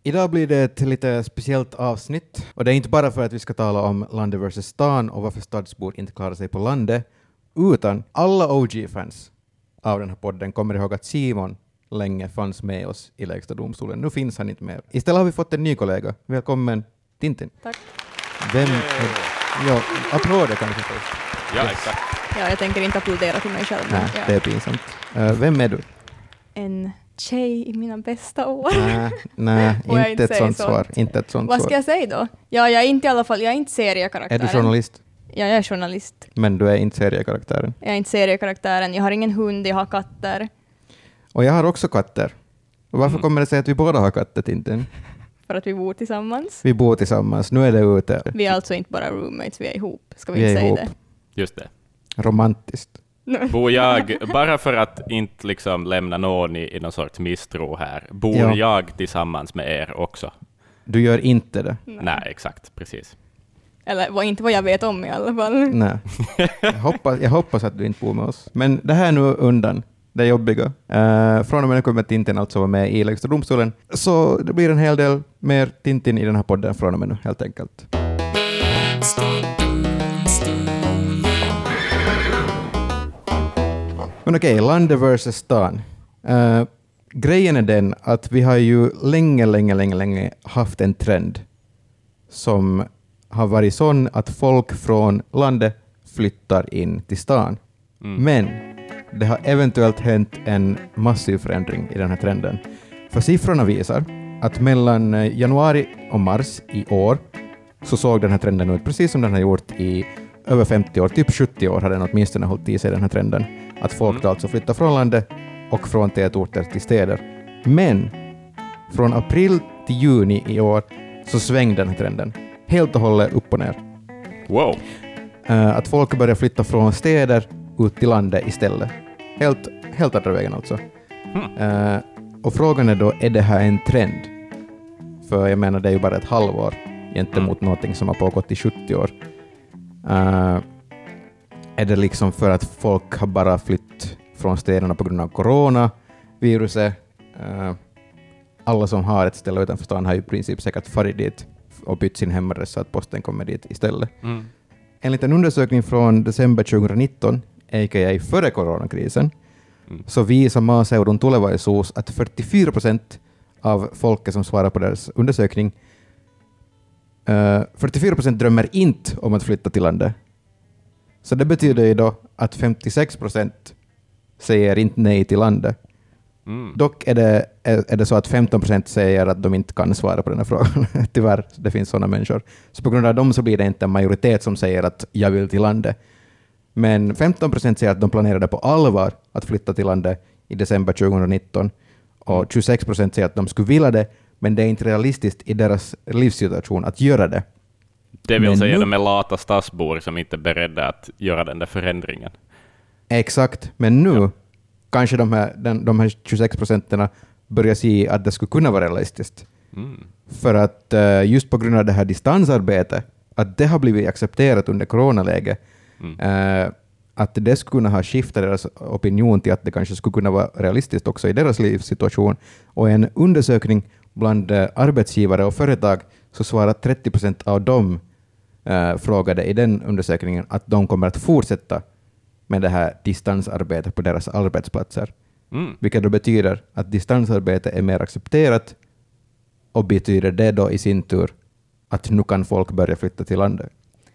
Idag blir det ett lite speciellt avsnitt. Och det är inte bara för att vi ska tala om landet versus stan och varför stadsbor inte klarar sig på landet, utan alla OG-fans av den här podden kommer ihåg att Simon länge fanns med oss i Lägsta domstolen. Nu finns han inte mer. Istället har vi fått en ny kollega. Välkommen, Tintin. Tack. Vem är... Ja, applåder kanske först. Ja, exakt. Ja, jag tänker inte applådera till mig själv. Nej, ja. det är pinsamt. Vem är du? En tjej i mina bästa år. Nej, Och jag inte ett sånt säga svar. Inte ett sånt Vad ska svar. jag säga då? Ja, jag är inte i alla fall, jag är inte seriekaraktären. Är du journalist? Ja, jag är journalist. Men du är inte seriekaraktären. Jag är inte seriekaraktären. Jag har ingen hund, jag har katter. Och jag har också katter. Och varför kommer det sig att vi båda har katter, Tintin? För att vi bor tillsammans. Vi bor tillsammans. Nu är det ute. Vi är alltså inte bara roommates, vi är ihop. Ska vi Vi är inte säga ihop. det? Just det. Romantiskt. Bor jag, bara för att inte liksom lämna någon i någon sorts misstro här, bor Ja. jag tillsammans med er också? Du gör inte det. Nej, exakt, precis. Eller inte vad jag vet om i alla fall. Nej. Jag hoppas att du inte bor med oss. Men det här är nu undan. Det är jobbiga. Från och med nu kommer Tintin alltså vara med i Lägsta domstolen. Så det blir en hel del mer Tintin i den här podden från och med nu, helt enkelt. Men okej, landet versus stan. Grejen är den att vi har ju länge haft en trend som har varit sån att folk från landet flyttar in till stan. Men det har eventuellt hänt en massiv förändring i den här trenden. För siffrorna visar att mellan januari och mars i år så såg den här trenden ut precis som den har gjort i över 50 år, typ 70 år har den åtminstone hållit i sig den här trenden. Att folk då alltså flyttar från landet och från tätorter till städer. Men från april till juni i år så svängde den här trenden. Helt och hållet upp och ner. Wow. Att folk börjar flytta från städer ut till landet istället. Helt andra vägen alltså. Och frågan är då, är det här en trend? För jag menar, det är ju bara ett halvår gentemot någonting som har pågått i 70 år. Är det liksom för att folk har bara flytt från städerna på grund av coronaviruset? Alla som har ett ställe utanför stan har ju i princip säkert farit dit och bytt sin hemadress så att posten kommer dit istället. Enligt en undersökning från december 2019, a.k.a. före coronakrisen, så visar maaseudun tulevaisuus att 44% av folket som svarar på deras undersökning 44% drömmer inte om att flytta till landet. Så det betyder ju då att 56% säger inte nej till landet. Dock är det så att 15% säger att de inte kan svara på den här frågan. Tyvärr, det finns sådana människor. Så på grund av dem så blir det inte en majoritet som säger att jag vill till landet. Men 15% säger att de planerade på allvar att flytta till landet i december 2019. Och 26% säger att de skulle vilja det, men det är inte realistiskt i deras livssituation att göra det. Det vill Men säga nu, de är lata stadsbor som inte är beredda att göra den där förändringen. Exakt, men nu kanske de här 26% börjar se att det skulle kunna vara realistiskt. För att just på grund av det här distansarbetet, att det har blivit accepterat under coronaläget, att det skulle kunna ha skiftat deras opinion till att det kanske skulle kunna vara realistiskt också i deras livssituation. Och en undersökning bland arbetsgivare och företag så svarar 30% av dem frågade i den undersökningen att de kommer att fortsätta med det här distansarbetet på deras arbetsplatser. Vilket då betyder att distansarbete är mer accepterat, och betyder det då i sin tur att nu kan folk börja flytta till landet.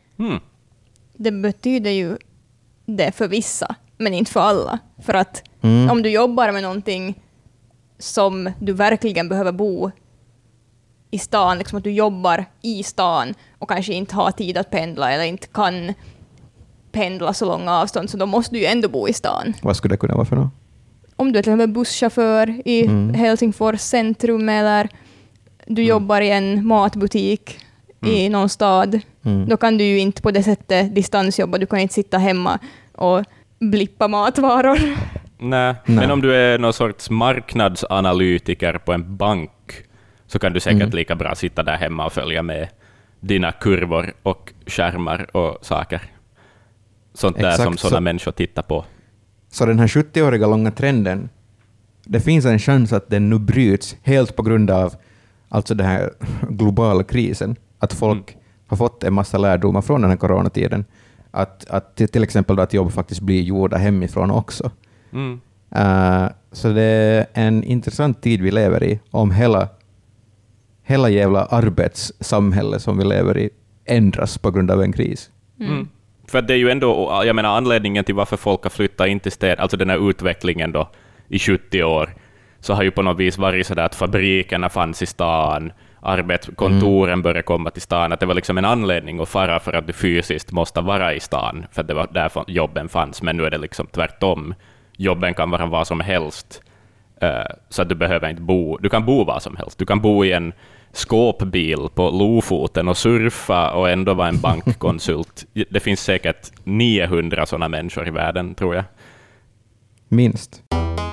Det betyder ju det för vissa, men inte för alla. För att om du jobbar med någonting som du verkligen behöver bo i stan, liksom att du jobbar i stan och kanske inte har tid att pendla eller inte kan pendla så långa avstånd, så då måste du ju ändå bo i stan. Vad skulle det kunna vara för något? Om du är till exempel busschaufför i Helsingfors centrum, eller du jobbar i en matbutik i någon stad, då kan du ju inte på det sättet distansjobba. Du kan inte sitta hemma och blippa matvaror. Nej, men om du är någon sorts marknadsanalytiker på en bank så kan du säkert lika bra sitta där hemma och följa med dina kurvor och skärmar och saker. Sånt där som sådana människor tittar på. Så den här 70-åriga långa trenden, det finns en chans att den nu bryts helt på grund av alltså den här globala krisen, att folk har fått en massa lärdomar från den här coronatiden, att till exempel då att jobb faktiskt blir gjorda hemifrån också. Så det är en intressant tid vi lever i, om hela jävla arbetssamhälle som vi lever i ändras på grund av en kris. För det är ju ändå, jag menar, anledningen till varför folk har flyttat in till städer, alltså den här utvecklingen då i 70 år, så har ju på något vis varit så där att fabrikerna fanns i stan, kontoren började komma till stan, att det var liksom en anledning att fara för att du fysiskt måste vara i stan, för att det var därför jobben fanns. Men nu är det liksom tvärtom. Jobben kan vara vad som helst, så att du behöver inte bo. Du kan bo vad som helst. Du kan bo i en skåpbil på Lofoten och surfa och ändå vara en bankkonsult. Det finns säkert 900 sådana människor i världen, tror jag. Minst.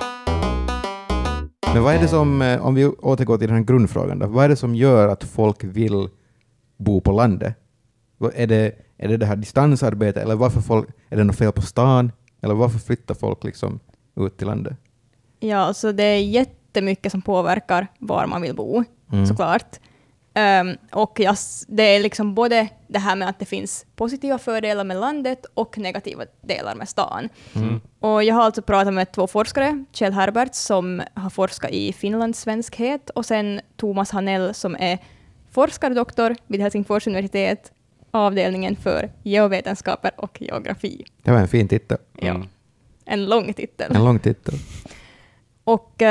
Men vad är det som, om vi återgår till den här grundfrågan då, vad är det som gör att folk vill bo på landet? Är det här distansarbete, eller är det något fel på stan, eller varför flyttar folk liksom ut till landet? Ja, alltså det är jättemycket som påverkar var man vill bo, såklart. Och det är liksom både det här med att det finns positiva fördelar med landet och negativa delar med stan. Och jag har alltså pratat med 2 forskare, Kjell Herberts som har forskat i finlandssvenskhet, och sen Thomas Hanell som är forskardoktor vid Helsingfors universitet, avdelningen för geovetenskaper och geografi. Det var en fin titel. Ja, en lång titel. En lång titel. Och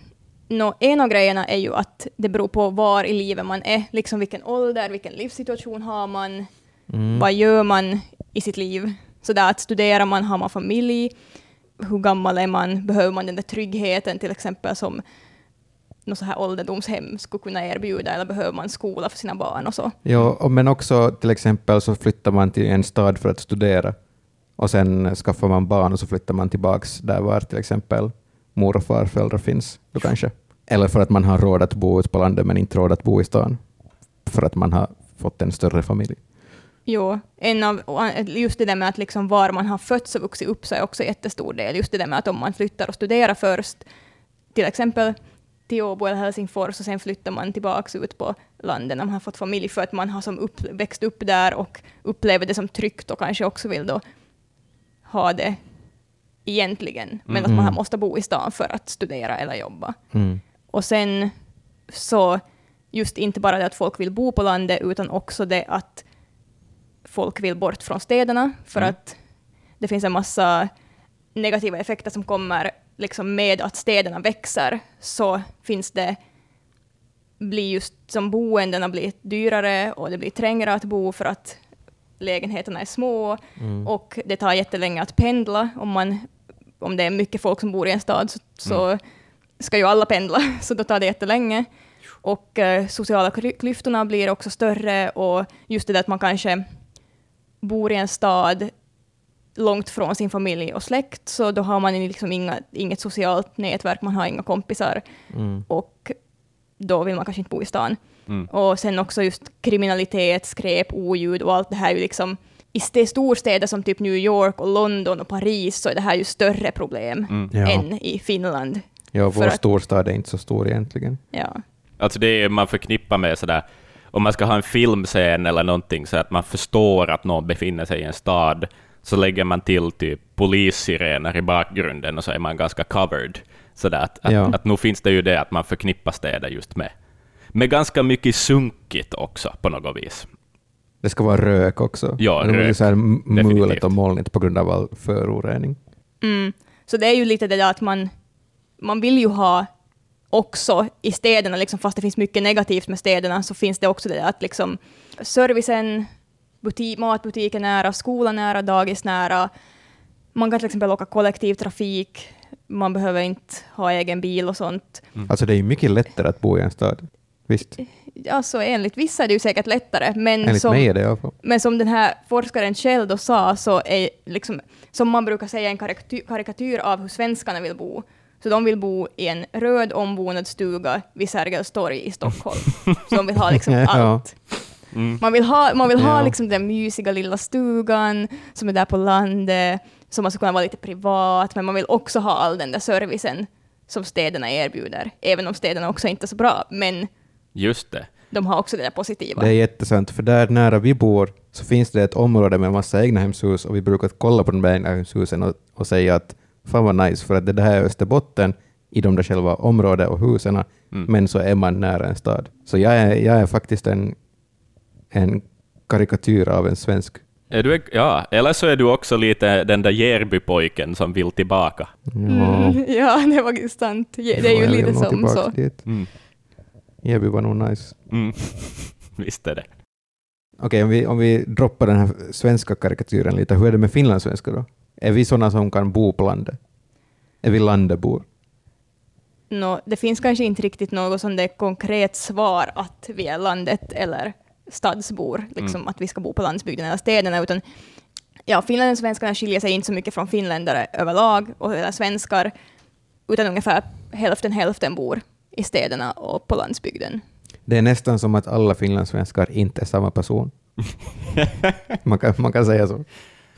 en av grejerna är ju att det beror på var i livet man är, liksom vilken ålder, vilken livssituation har man, vad gör man i sitt liv. Så där att studerar man, har man familj, hur gammal är man, behöver man den där tryggheten till exempel som något så här ålderdomshem skulle kunna erbjuda, eller behöver man skola för sina barn och så. Ja, men också till exempel så flyttar man till en stad för att studera och sen skaffar man barn och så flyttar man tillbaks där var till exempel mor och farföräldrar finns då kanske. Eller för att man har råd att bo ut på landet men inte råd att bo i stan för att man har fått en större familj. Jo, just det där med att liksom var man har fötts och vuxit upp så är också jättestor del. Just det där med att om man flyttar och studerar först, till exempel till Åbo eller Helsingfors, och sen flyttar man tillbaka ut på landet när man har fått familj för att man har som växt upp där och upplever det som tryggt och kanske också vill då ha det egentligen. Men att man måste bo i stan för att studera eller jobba. Och sen så just inte bara det att folk vill bo på landet utan också det att folk vill bort från städerna för att det finns en massa negativa effekter som kommer liksom med att städerna växer, så blir just som boendena blir dyrare och det blir trängre att bo för att lägenheterna är små och det tar jättelänge att pendla. Om det är mycket folk som bor i en stad så ska ju alla pendla, så då tar det jättelänge. Och sociala klyftorna blir också större, och just det där att man kanske bor i en stad långt från sin familj och släkt, så då har man liksom inget socialt nätverk, man har inga kompisar och då vill man kanske inte bo i stan. Och sen också just kriminalitet, skräp, oljud och allt det här är ju liksom i storstäder som typ New York och London och Paris, så är det här ju större problem än i Finland. Ja, vår storstad är inte så stor egentligen. Ja. Alltså det är man förknippar med sådär, om man ska ha en filmscen eller någonting så att man förstår att någon befinner sig i en stad, så lägger man till typ polissirener i bakgrunden och så är man ganska covered. Sådär att nu finns det ju det att man förknippar städer just med ganska mycket sunkigt också på något vis. Det ska vara rök också. Ja, det rök. Så här mulet och molnigt på grund av all förorening. Så det är ju lite det där att man vill ju ha också i städerna, liksom, fast det finns mycket negativt med städerna, så finns det också det där att liksom, servicen, matbutiken nära, skolan nära, dagis nära. Man kan till exempel åka kollektivtrafik, man behöver inte ha egen bil och sånt. Alltså det är ju mycket lättare att bo i en stad. Visst? Alltså enligt vissa är det ju säkert lättare. Men enligt mig är det i alla fall. Men som den här forskaren själv då sa, så är liksom, som man brukar säga, en karikatyr av hur svenskarna vill bo. Så de vill bo i en röd ombonad stuga vid Sergels torg i Stockholm. Så de vill ha liksom allt. Man vill ha liksom den mysiga lilla stugan som är där på landet, som man ska kunna vara lite privat, men man vill också ha all den där servicen som städerna erbjuder. Även om städerna också inte är så bra, men Just det. De har också det där positiva. Det är jättesant, för där nära vi bor så finns det ett område med massa egnahemshus och vi brukar kolla på de där egnahemshusen och säga att fan vad nice, för att det här är Österbotten i de där själva området och husen, men så är man nära en stad. Så jag är faktiskt en karikatyr av en svensk. Ja, eller så är du också lite den där Järbypojken som vill tillbaka. Ja, det var sant. Det är ju lite som så. Järby var nog nice. Visst är det. Okej, om vi droppar den här svenska karikatyren lite, hur är det med finlandssvenskar då? Är vi sådana som kan bo på landet? Är vi landebor? Det finns kanske inte riktigt något som det är konkret svar att vi är landet eller stadsbor, liksom att vi ska bo på landsbygden eller städerna, utan finlandssvenskarna skiljer sig inte så mycket från finländare överlag eller svenskar, utan ungefär hälften bor i städerna och på landsbygden. Det är nästan som att alla finlandssvenskar inte är samma person. man kan säga så.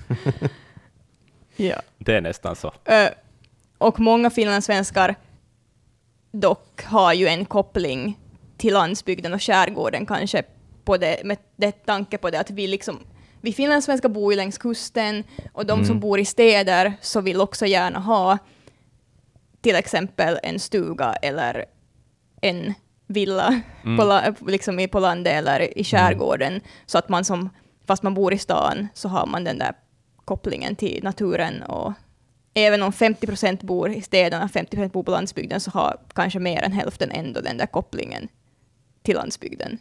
Ja. Det är nästan så. Och många finlandssvenskar dock har ju en koppling till landsbygden och skärgården kanske med det tanke på det att vi finlandssvenskar bor ju längs kusten, och de som bor i städer så vill också gärna ha till exempel en stuga eller en villa på landet eller i skärgården, så att fast man bor i stan så har man den där kopplingen till naturen. Och även om 50% bor i städerna, 50% bor på landsbygden, så har kanske mer än hälften ändå den där kopplingen till landsbygden.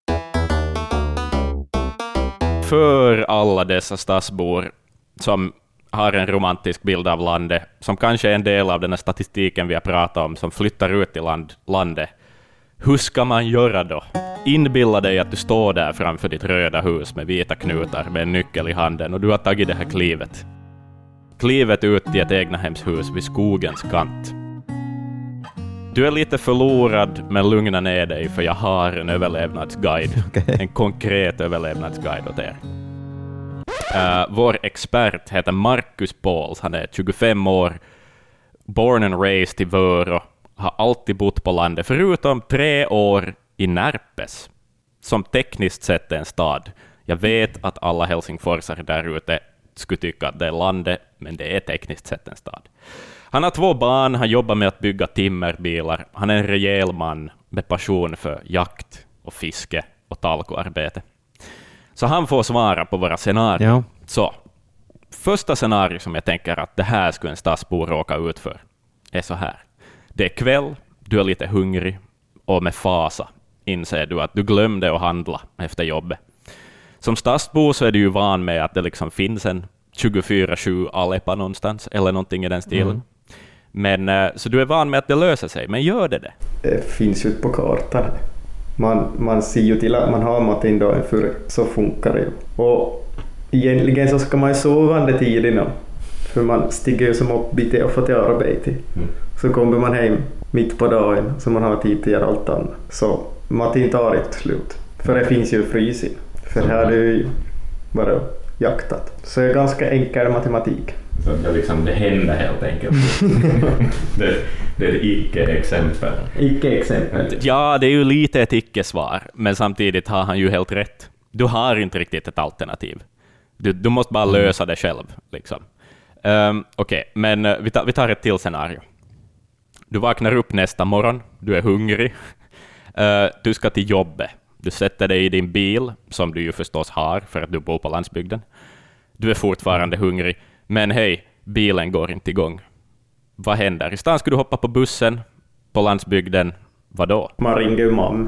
För alla dessa stadsbor som har en romantisk bild av landet, som kanske är en del av den här statistiken vi har pratat om, som flyttar ut till landet, hur ska man göra då? Inbilla dig att du står där framför ditt röda hus med vita knutar med en nyckel i handen och du har tagit det här klivet ut till ett egnahemshus vid skogens kant. Du är lite förlorad, men lugna ner dig, för jag har en överlevnadsguide. Okay. En konkret överlevnadsguide åt er. Vår expert heter Markus Pauls. Han är 25 år, born and raised i Vörå, har alltid bott på landet, förutom 3 år i Närpes, som tekniskt sett är en stad. Jag vet att alla helsingforsare där ute skulle tycka att det är landet, men det är tekniskt sett en stad. Han har 2 barn, han jobbar med att bygga timmerbilar. Han är en rejäl man med passion för jakt och fiske och talkoarbete. Så han får svara på våra scenarier. Ja. Så, första scenario som jag tänker att det här skulle en stadsbo råka ut för är så här. Det är kväll, du är lite hungrig och med fasa inser du att du glömde att handla efter jobbet. Som stadsbo så är du ju van med att det liksom finns en 24/7 Aleppa någonstans eller någonting i den stilen. Men så du är van med att det löser sig, men gör det? Det finns ju på kartan. Man ser ju till att man har mat in dagen för så funkar det ju. Och egentligen så ska man ju sova under tiden, för man stiger ju som upp bitte och får till arbete. Så kommer man hem mitt på dagen så man har tid att göra allt annat. Så maten tar ett slut. För det finns ju frysen. För här är det ju bara jaktat. Så det är ganska enkel matematik. Så det händer helt enkelt. det är icke-exempel. Icke-exempel. Ja, det är ju lite ett icke-svar, men samtidigt har han ju helt rätt. Du har inte riktigt ett alternativ. Du måste bara lösa det själv. Liksom. Okej, men vi tar ett till scenario. Du vaknar upp nästa morgon, du är hungrig. Du ska till jobbet. Du sätter dig i din bil, som du ju förstås har för att du bor på landsbygden. Du är fortfarande hungrig, men hej, bilen går inte igång. Vad händer? Istället ska du hoppa på bussen på landsbygden. Vad då? Man ringer ju mamma.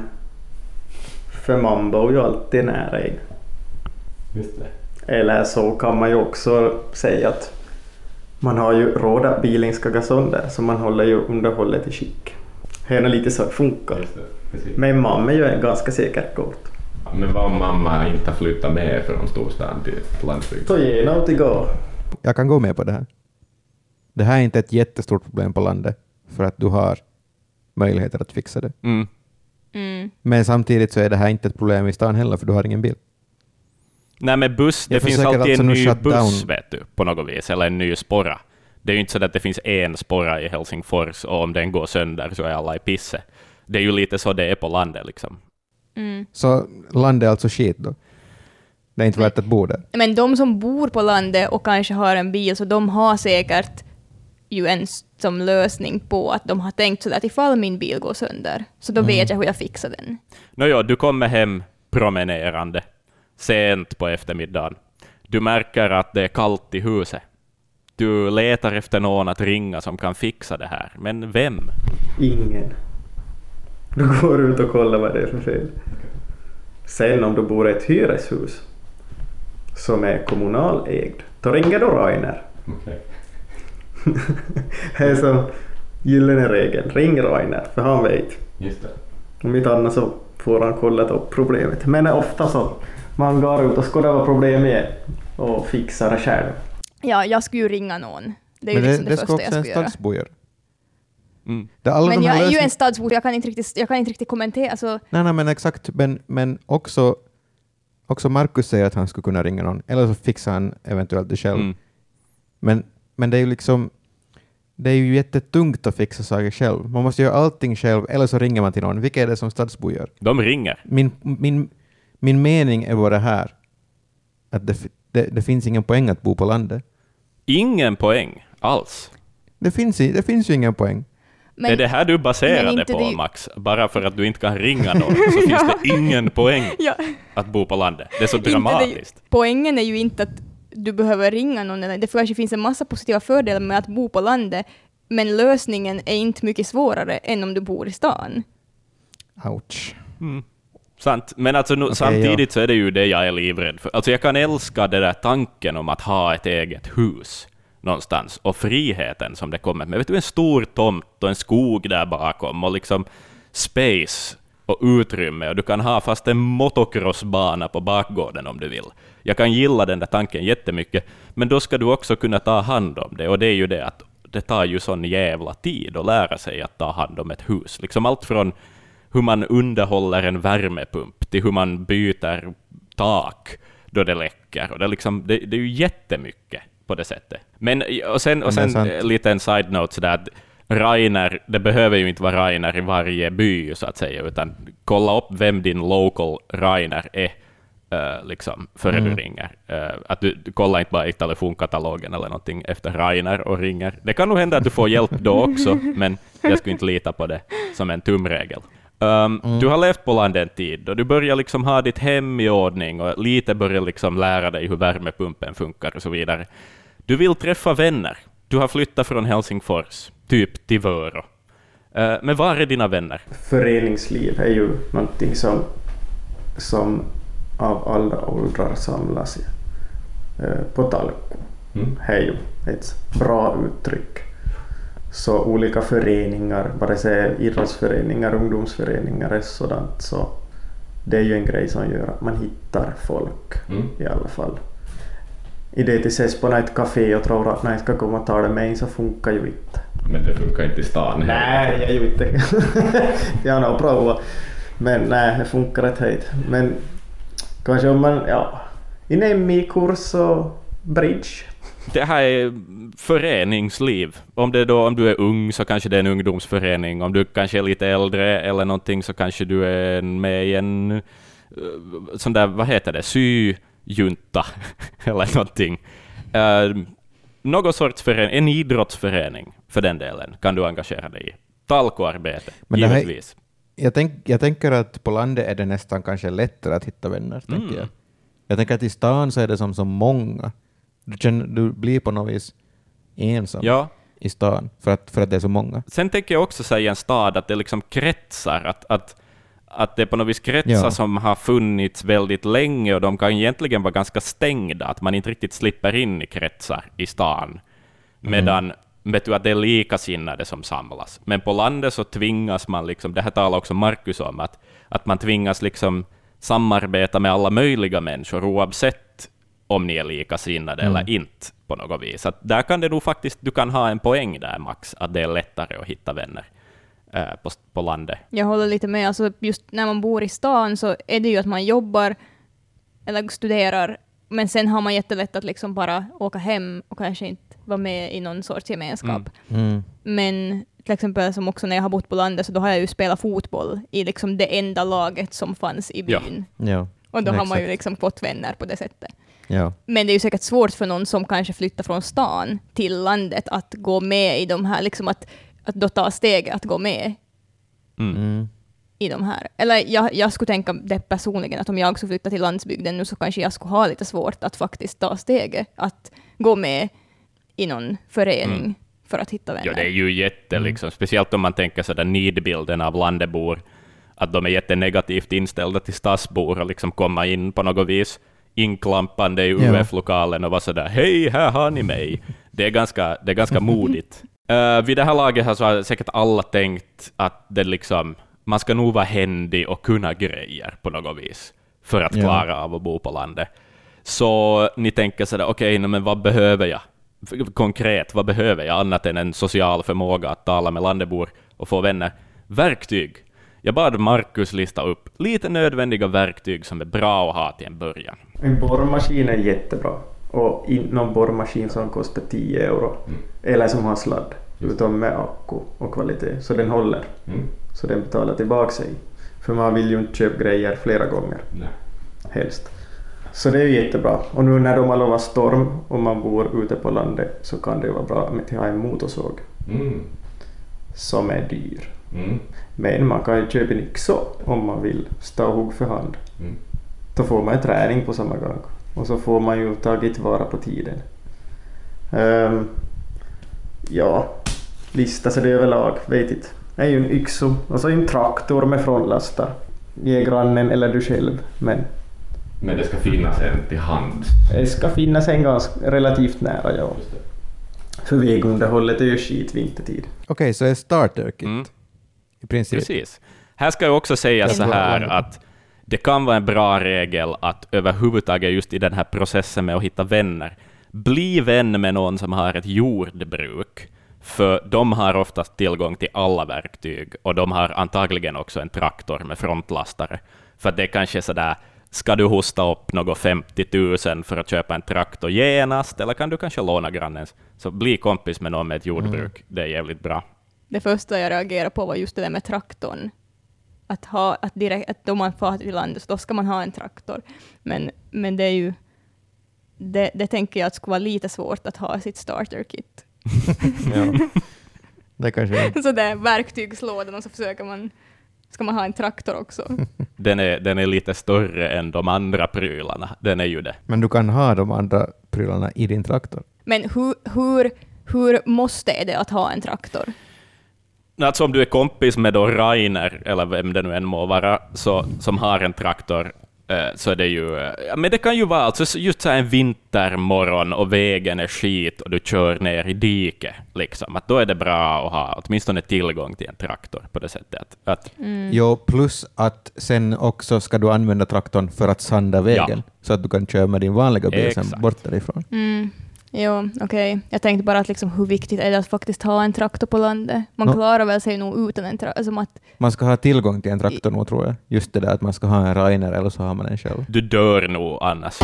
För mamma bor ju alltid nära en. Just det. Eller så kan man ju också säga att man har ju råd att bilen ska gå sönder, så man håller ju underhållet i skick. Det är lite så funkar. Men mamma är ju ganska säkert kort. Men vad om mamma inte flyttar med från storstan till landsbygden? Så ge något igår. Jag kan gå med på det här. Det här är inte ett jättestort problem på landet, för att du har möjligheter att fixa det. Men samtidigt så är det här inte ett problem i stan heller, för du har ingen bil. Nej, men det finns alltid en ny buss, vet du, på något vis, eller en ny sporra. Det är ju inte så att det finns en sporra i Helsingfors och om den går sönder så är alla i pisse. Det är ju lite så det är på landet. Liksom. Så landet är alltså skit då. Det är inte värt att bo där. Men de som bor på landet och kanske har en bil, så de har säkert ju en som lösning på att de har tänkt så att ifall min bil går sönder, så då vet jag hur jag fixar den. Nåja, du kommer hem promenerande sent på eftermiddagen. Du märker att det är kallt i huset. Du letar efter någon att ringa som kan fixa det här. Men vem? Ingen. Du går ut och kollar vad det är för fel. Sen om du bor i ett hyreshus som är kommunalägd, då ringer du Rainer. Okay. Det är som gyllene regel. Ring Rainer, för han vet. Just det. Om inte annars så får han kolla upp problemet. Men ofta så man går ut och skådar vad problemet är och fixar det själv. Ja, jag skulle ju ringa någon. Det är ju Men liksom det första jag ska skulle göra. stadsbo göra. Men jag är ju en stadsbo, jag kan inte riktigt kommentera. Alltså. Nej, men exakt. Men också Markus säger att han skulle kunna ringa någon. Eller så fixar han eventuellt det själv. Men det är ju liksom... Det är ju jättetungt att fixa saker själv. Man måste göra allting själv, eller så ringer man till någon. Vilka är det som stadsbo gör? De ringer. Min mening är bara här. Att det finns ingen poäng att bo på landet. Ingen poäng alls. Det finns ju ingen poäng. Men, är det här du baserade på, Max? Bara för att du inte kan ringa någon så finns det ingen poäng att bo på landet. Det är så dramatiskt. Poängen är ju inte att du behöver ringa någon. Det kanske finns en massa positiva fördelar med att bo på landet, men lösningen är inte mycket svårare än om du bor i stan. Ouch. Sant. Men alltså samtidigt så är det ju det jag är livrädd för. Alltså jag kan älska det där tanken om att ha ett eget hus någonstans och friheten som det kommer med. Vet du, en stor tomt och en skog där bakom och liksom space och utrymme, och du kan ha fast en motocrossbana på bakgården om du vill. Jag kan gilla den där tanken jättemycket, men då ska du också kunna ta hand om det, och det är ju det att det tar ju sån jävla tid att lära sig att ta hand om ett hus. Liksom allt från hur man underhåller en värmepump till hur man byter tak då det läcker, och det är ju jättemycket på det sättet. Men och sen lite en side note så där att Rainer, det behöver ju inte vara Rainer i varje by så att säga, utan kolla upp vem din local Rainer är liksom före du ringer. Att du kollar inte bara i telefonkatalogen eller någonting efter Rainer och ringer. Det kan nog hända att du får hjälp då också, men jag skulle inte lita på det som en tumregel. Du har levt på landet en tid och du börjar liksom ha ditt hem i ordning och lite börjar liksom lära dig hur värmepumpen funkar och så vidare. Du vill träffa vänner. Du har flyttat från Helsingfors, typ till Vörå. Men var är dina vänner? Föreningsliv är ju någonting som av alla åldrar samlas på Talko. Det är ju ett bra uttryck. Så olika föreningar, bara säga idrottsföreningar, ungdomsföreningar och sådant, så det är ju en grej som gör att man hittar folk i alla fall. I det till ses på ett café och tror att jag ska komma och ta det med in, så funkar ju inte. Men det funkar inte i stan. Nej, jag ju inte. Jag har nog provat. Men nej, det funkar inte höjt. Men kanske om man, i NMI-kurs och bridge. Det här är föreningsliv. Om du är ung så kanske det är en ungdomsförening. Om du kanske är lite äldre eller någonting så kanske du är med i en sån där, vad heter det, syjunta eller någonting. Någon sorts förening, en idrottsförening för den delen kan du engagera dig i. Talkoarbete, givetvis. Jag tänker att på landet är det nästan kanske lättare att hitta vänner, tänker jag. Jag tänker att i stan så är det som så många. Du blir på något vis ensam i stan för att det är så många. Sen tänker jag också säga en stad att det liksom kretsar, att det är på något vis kretsar som har funnits väldigt länge, och de kan egentligen vara ganska stängda, att man inte riktigt slipper in i kretsar i stan. Medan vet du att det är likasinnade som samlas. Men på landet så tvingas man liksom, det här talar också Markus om, att man tvingas liksom samarbeta med alla möjliga människor oavsett om ni är likasinnade eller inte på något vis. Att där kan det nog faktiskt, du kan ha en poäng där, Max, att det är lättare att hitta vänner på landet. Jag håller lite med. Alltså just när man bor i stan så är det ju att man jobbar eller studerar, men sen har man jättelätt att liksom bara åka hem och kanske inte vara med i någon sorts gemenskap. Men till exempel som också när jag har bott på landet, så då har jag ju spelat fotboll i liksom det enda laget som fanns i byn. Ja. Och då har man ju liksom fått vänner på det sättet. Ja. Men det är ju säkert svårt för någon som kanske flyttar från stan till landet att gå med i de här, liksom att då ta steget att gå med i de här. Eller jag skulle tänka det personligen, att om jag skulle flytta till landsbygden nu, så kanske jag skulle ha lite svårt att faktiskt ta steget att gå med i någon förening för att hitta vänner. Ja, det är ju liksom, speciellt om man tänker så där nidbilden av landebor, att de är jättenegativt inställda till stadsbor och liksom komma in på något vis inklampande i UF-lokalen och vara sådär, hej, här har ni mig. Det är ganska modigt. Vid det här laget så har säkert alla tänkt att det liksom, man ska nog vara händig och kunna grejer på något vis för att klara av att bo på landet. Så ni tänker sådär, okej, men vad behöver jag? Konkret, vad behöver jag annat än en social förmåga att tala med landebor och få vänner? Verktyg. Jag bad Markus lista upp lite nödvändiga verktyg som är bra att ha till en början. En borrmaskin är jättebra. Och någon borrmaskin som kostar 10 euro. Eller som har sladd. Utom med akku och kvalitet. Så den håller. Så den betalar tillbaka sig. För man vill ju inte köpa grejer flera gånger. Nej. Helst. Så det är ju jättebra. Och nu när de har lovat storm och man bor ute på landet, så kan det vara bra med att ha en motorsåg. Som är dyr. Men man kan ju köpa en yxa om man vill stå hugg för hand. Då får man träning på samma gång. Och så får man ju tagit vara på tiden. Lista sig det överlag, vet inte. Det är ju en yxa och så en traktor med frontlastar. Ge grannen eller du själv. Men det ska finnas en till hand. Det ska finnas en ganska relativt nära, ja. För vägunderhållet är ju skit vintertid. Okej, så är starter kit. I princip. Precis. Här ska jag också säga så här att det kan vara en bra regel att överhuvudtaget just i den här processen med att hitta vänner, bli vän med någon som har ett jordbruk, för de har oftast tillgång till alla verktyg och de har antagligen också en traktor med frontlastare. För det är kanske sådär, ska du hosta upp något 50 000 för att köpa en traktor genast, eller kan du kanske låna grannens? Så bli kompis med någon med ett jordbruk, det är jävligt bra. Det första jag reagerade på var just det där med traktorn. Att då man får till landet, så då ska man ha en traktor. Men det är ju, det tänker jag att skulle vara lite svårt att ha sitt starter-kit. Ja. Det kanske är. Så det är verktygslådan och så ska man ha en traktor också. Den är lite större än de andra prylarna. Den är ju det. Men du kan ha de andra prylarna i din traktor. Men hur måste det att ha en traktor? Alltså om du är kompis med då Rainer, eller vem det nu än må vara, som har en traktor, så är det ju... Men det kan ju vara alltså just så här en vintermorgon och vägen är skit och du kör ner i diket. Liksom. Att då är det bra att ha åtminstone tillgång till en traktor på det sättet. Jo, plus att sen också ska du använda traktorn för att sanda vägen, så att du kan köra med din vanliga bil sen bort därifrån. Jo, okej. Jag tänkte bara att liksom, hur viktigt är det att faktiskt ha en traktor på landet? Man klarar väl sig nog utan en traktor. Alltså man ska ha tillgång till en traktor nog, tror jag. Just det där att man ska ha en Rainer eller så har man en själv. Du dör nog annars.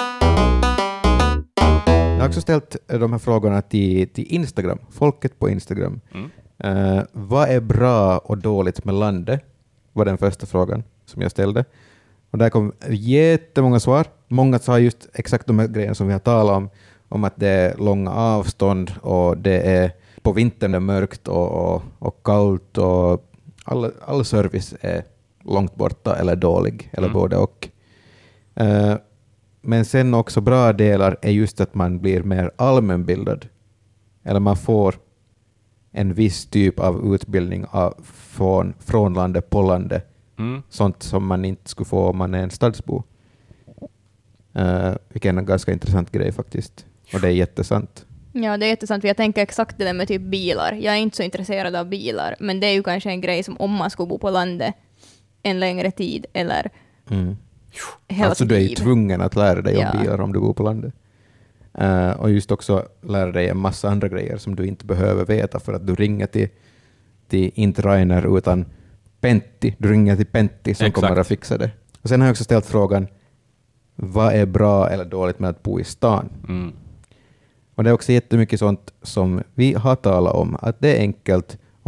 Jag har också ställt de här frågorna till Instagram, folket på Instagram. Vad är bra och dåligt med landet? Var den första frågan som jag ställde. Och där kom jättemånga svar. Många sa just exakt de här grejerna som vi har talat om att det är långa avstånd och det är på vintern det är mörkt och kallt och all service är långt borta eller dålig eller både och. Men sen också bra delar är just att man blir mer allmänbildad eller man får en viss typ av utbildning från landet på landet. Sånt som man inte skulle få om man är en stadsbo. Vilken är en ganska intressant grej faktiskt. Och det är jättesant. Ja, det är jättesant. För jag tänker exakt det där med typ bilar. Jag är inte så intresserad av bilar. Men det är ju kanske en grej som om man skulle bo på landet en längre tid eller hela alltså du är ju liv. tvungen att lära dig om bilar om du bor på landet. Och just också lära dig en massa andra grejer som du inte behöver veta för att du ringer till inte Rainer utan Pentti. Du ringer till Pentti som kommer att fixa det. Och sen har jag också ställt frågan, vad är bra eller dåligt med att bo i stan? Och det är också jättemycket sånt som vi har talat om, att det är enkelt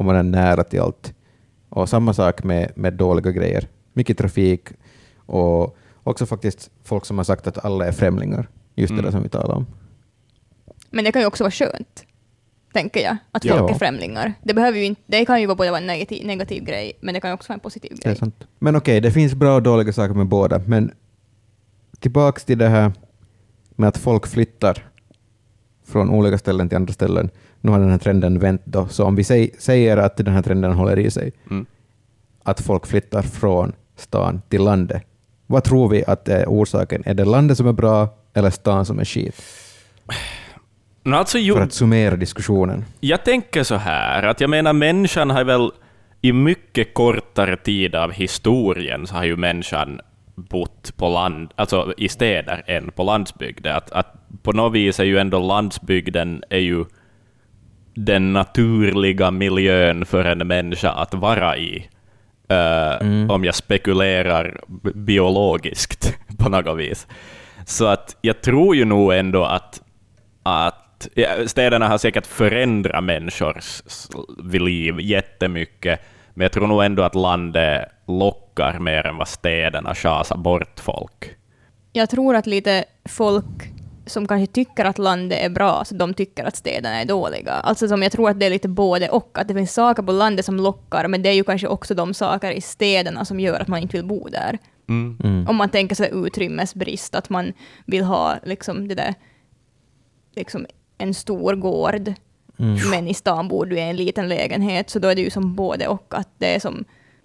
och man är nära till allt. Och samma sak med dåliga grejer. Mycket trafik och också faktiskt folk som har sagt att alla är främlingar. Just det där som vi talar om. Men det kan ju också vara skönt, tänker jag, att folk är främlingar. Det kan ju både vara en negativ grej, men det kan ju också vara en positiv grej. Det är sant. Men okej, det finns bra och dåliga saker med båda. Men tillbaks till det här med att folk flyttar från olika ställen till andra ställen. Nu har den här trenden vänt då. Så om vi säger att den här trenden håller i sig, att folk flyttar från stan till landet. Vad tror vi att är orsaken? Är det landet som är bra eller stan som är skit? Alltså, för att summera diskussionen. Jag tänker så här, att jag menar människan har väl i mycket kortare tid av historien så har ju människan bott på land, alltså i städer än på landsbygd. Att på något vis är ju ändå landsbygden är ju den naturliga miljön för en människa att vara i. Om jag spekulerar biologiskt på något vis. Så att jag tror ju nog ändå att städerna har säkert förändrat människors liv jättemycket, men jag tror nog ändå att landet lockar mer än vad städerna chasar bort folk. Jag tror att lite folk som kanske tycker att landet är bra, så de tycker att städerna är dåliga. Alltså som jag tror att det är lite både och, att det finns saker på landet som lockar, men det är ju kanske också de saker i städerna som gör att man inte vill bo där. Om man tänker sig utrymmesbrist, att man vill ha liksom det där, liksom en stor gård, men i stan bor du i en liten lägenhet, så då är det ju som både och, att det är som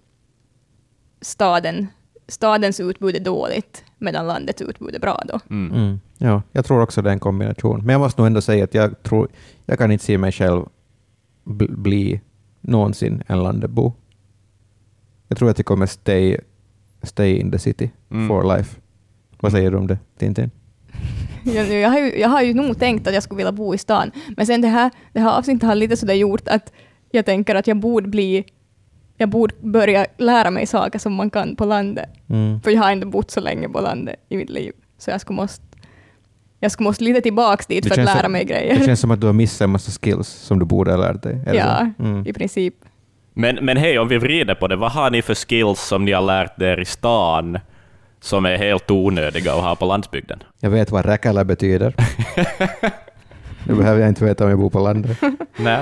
stadens utbud är dåligt medan landets utbud är bra då. Ja, jag tror också det är en kombination. Men jag måste nog ändå säga att jag kan inte se mig själv bli någonsin en landebo. Jag tror att jag kommer stay in the city for life. Vad säger du om det, Tintin? Jag har ju nog tänkt att jag skulle vilja bo i stan, men sen det här avsnittet har lite sådär gjort att jag tänker att jag borde börja lära mig saker som man kan på landet. För jag har inte bott så länge på landet i mitt liv, så jag skulle måste lite tillbaks dit för att lära mig grejer. Det känns som att du har missat en massa skills som du borde ha lärt dig. Ja, i princip. Men hej, om vi vrider på det, vad har ni för skills som ni har lärt er i stan som är helt onödiga att ha på landsbygden? Jag vet vad räkala betyder. Nu behöver jag inte veta om jag bor på landet. Nej.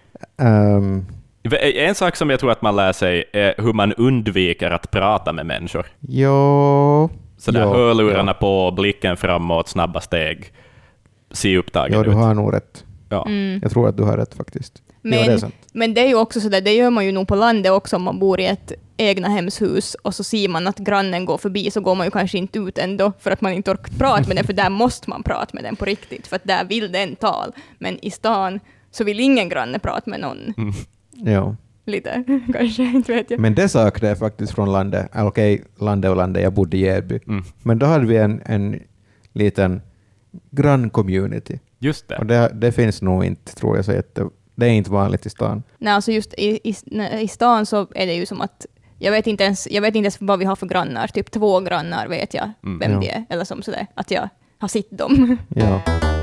En sak som jag tror att man lär sig är hur man undviker att prata med människor. Hörlurarna på, blicken framåt, snabba steg. Se upptagen ut. Du har nog rätt. Ja. Jag tror att du har rätt faktiskt. Men det är ju också så där, det gör man ju nog på landet också om man bor i ett egna hemshus och så ser man att grannen går förbi, så går man ju kanske inte ut ändå för att man inte orkar prata med den, för där måste man prata med den på riktigt, för att där vill den tal. Men i stan så vill ingen granne prata med någon. Ja. Lite, kanske, inte vet jag. Men det saknade jag faktiskt från landet. Okej, landet, jag bodde i Järby. Men då hade vi en liten grann-community. Just det. Och det finns nog inte, tror jag, så det är inte vanligt i stan. Nej, alltså just i stan så är det ju som att jag vet inte ens vad vi har för grannar. Typ 2 grannar vet jag vem det är. Eller som sådär, att jag har sett dem. Ja.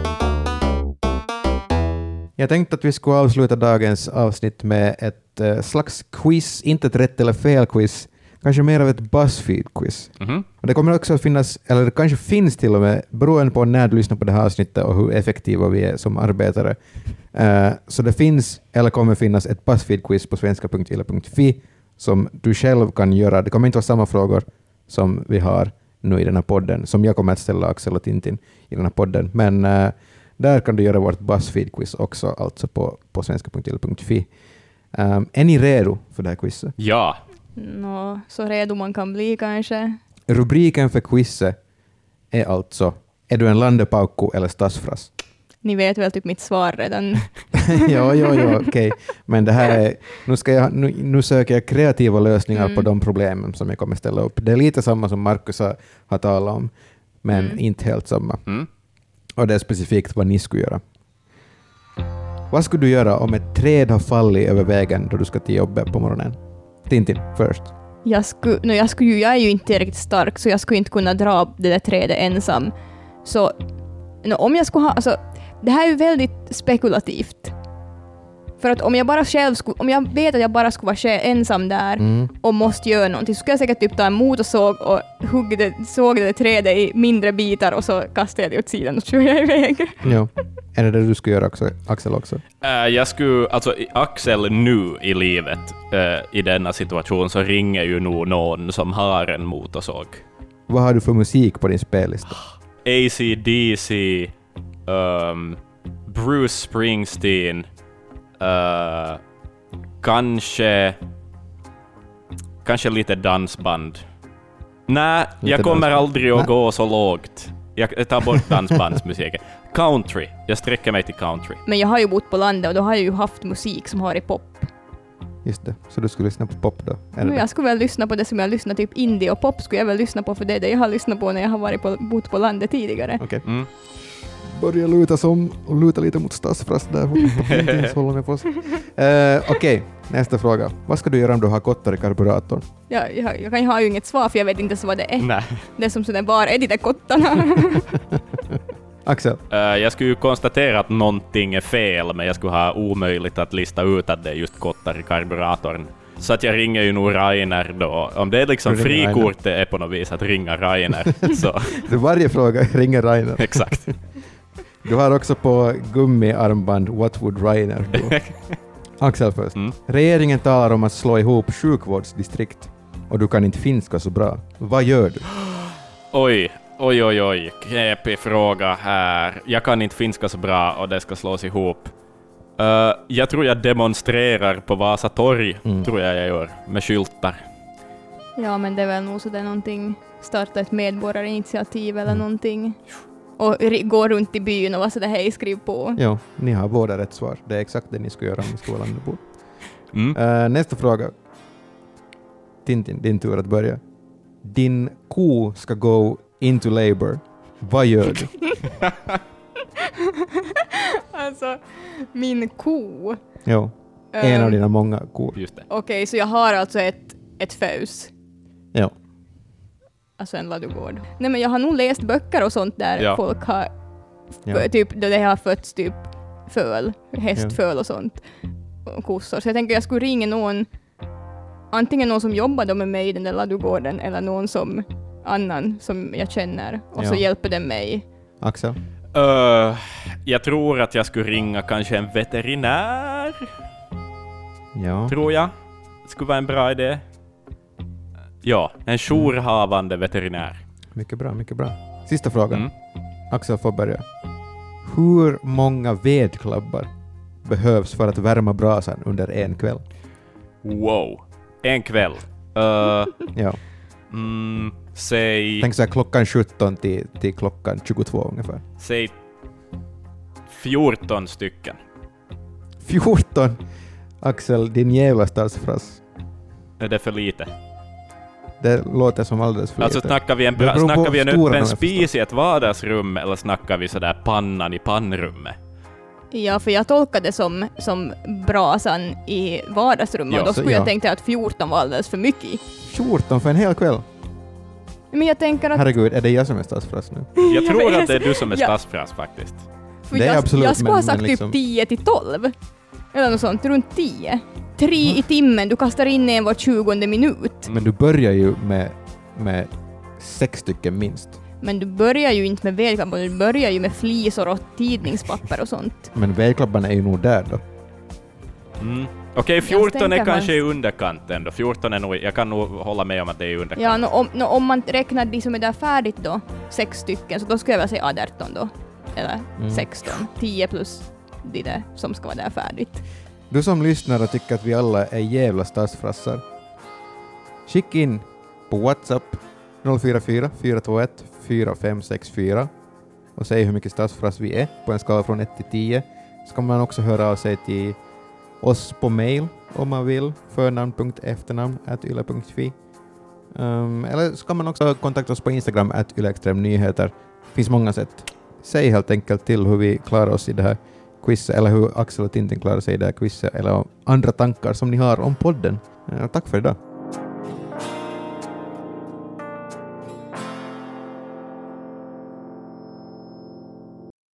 Jag tänkte att vi skulle avsluta dagens avsnitt med ett slags quiz, inte ett rätt eller fel quiz, kanske mer av ett BuzzFeed-quiz. Och det kommer också att finnas, eller det kanske finns till och med, beroende på när du lyssnar på det här avsnittet och hur effektiva vi är som arbetare. Så det finns, eller kommer finnas, ett BuzzFeed-quiz på svenska.yle.fi som du själv kan göra. Det kommer inte vara samma frågor som vi har nu i den här podden, som jag kommer att ställa Axel och Tintin i den här podden. Men där kan du göra vårt BuzzFeed-quiz också, alltså på svenska.yle.fi. Är ni redo för det här quizet? Ja. Så redo man kan bli kanske. Rubriken för quizet är alltså: är du en landepaukku eller stadsfras? Ni vet väl typ mitt svar redan. Ja, okej. Men det här är, nu söker jag kreativa lösningar på de problemen som jag kommer ställa upp. Det är lite samma som Markus har talat om, men inte helt samma. Och det är specifikt vad ni skulle göra. Vad skulle du göra om ett träd har fallit över vägen då du ska till jobbet på morgonen? Tintin, först. Jag är ju inte tillräckligt stark, så jag skulle inte kunna dra det där trädet ensam. Så om jag skulle ha... Alltså, det här är ju väldigt spekulativt. För att om jag vet att jag bara skulle vara ensam där och måste göra någonting, så skulle jag säkert typ ta en motorsåg och såga det trädet i mindre bitar och så kastar jag det åt sidan och kör jag iväg. Ja. Är det du skulle göra också, Axel också? Jag skulle, alltså Axel nu i livet, i denna situation så ringer ju nog någon som har en motorsåg. Vad har du för musik på din spellista? AC/DC, Bruce Springsteen, kanske lite dansband. Nej, jag kommer aldrig att gå så lågt. Jag tar bort dansbandsmusiken. Country. Jag sträcker mig till country. Men jag har ju bott på landet och då har jag ju haft musik som har i pop. Just det. Så du skulle lyssna på pop då? Men jag skulle väl lyssna på det som jag lyssnar, typ indie och pop skulle jag väl lyssna på, för det är det jag har lyssnat på när jag har bott på landet tidigare. Okej. Börja luta lite mot stadsfrast där. Okej, nästa fråga. Vad ska du göra om du har kottar i karburatorn? Jag kan ju ha ju inget svar, för jag vet inte så vad det är. Nej. Det är som sådär bara är de där kottarna. Axel? Jag skulle ju konstatera att någonting är fel, men jag skulle ha omöjligt att lista ut att det är just kottar i karburatorn. Så att jag ringer ju nog Rainer då. Om det är liksom frikortet är på något vis att ringa Rainer. Så. Du varje fråga ringer Rainer. Exakt. Du har också på gummiarmband What would Rainer do? Axel först. Regeringen talar om att slå ihop sjukvårdsdistrikt och du kan inte finska så bra. Vad gör du? Oj. Knepig fråga här. Jag kan inte finska så bra och det ska slås ihop. Jag tror jag demonstrerar på Vasa torg, tror jag gör, med skyltar. Ja, men det är väl nog så det är någonting, starta ett medborgarinitiativ eller någonting. Och gå runt i byn och vara sådär, hej, skriv på. Ja, ni har båda rätt svar. Det är exakt det ni ska göra om ni står landet på. Nästa fråga. Tintin, din tur att börja. Din ko ska go into labor. Vad gör du? Alltså, min ko. Ja, en av dina många kor. Just det. Okej, så jag har alltså ett fös. Ja. Alltså en ladugård. Nej, men jag har nog läst böcker och sånt där folk har typ då det har fötts typ föl, hästföl och sånt och kossor. Så jag tänker jag skulle ringa någon, antingen någon som jobbar med mig i den där ladugården eller någon som annan som jag känner och så hjälper den mig. Axel? Jag tror att jag skulle ringa kanske en veterinär. Ja. Tror jag. Det skulle vara en bra idé. Ja, en jourhavande veterinär. Mycket bra. Sista frågan. Axel får börja. Hur många vedklabbar behövs för att värma brasan under en kväll? Wow. En kväll. Ja. Säg... Tänk så här klockan 17 till klockan 22 ungefär. Säg 14 stycken. 14? Axel, din jävla stadsfras. Är det för lite? Det låter som alldeles för alltså lite. snackar vi en öppen spis i ett vardagsrum eller snackar vi sådär pannan i pannrummet? Ja, för jag tolkar det som brasan i vardagsrummet. Ja, och då skulle jag tänka att 14 var alldeles för mycket. 14 för en hel kväll? Men jag tänker att... Herregud, är det jag som är stadsfras nu? Jag tror att det är du som är stadsfras faktiskt. För det är absolut, jag skulle ha sagt liksom... typ 10 till 12. Eller något sånt, runt 10. 3 i timmen, du kastar in en var 20:e minut. Men du börjar ju med 6 stycken minst. Men du börjar ju inte med vedklabbar, du börjar ju med flisor och tidningspapper och sånt. Men vedklabbarna är ju nog där då. Okej, 14 är kanske i underkant ändå. 14 är nog, jag kan nog hålla med om att det är i underkant. Ja, om man räknar de som är där färdigt då, 6 stycken, så då skulle jag väl säga 18 då. Eller 16, 10 plus de där som ska vara där färdigt. Du som lyssnar och tycker att vi alla är jävla stadsfrassar. Skicka in på WhatsApp 044 421 4564 och säg hur mycket stadsfrass vi är på en skala från 1 till 10. Så kan man också höra av sig till oss på mail om man vill, förnamn.efternamn@yle.fi. Eller så kan man också kontakta oss på Instagram @yleextremnyheter. Det finns många sätt. Säg helt enkelt till hur vi klarar oss i det här quizet, eller hur Axel och Tintin klarar sig i det här quizet, eller andra tankar som ni har om podden. Tack för idag.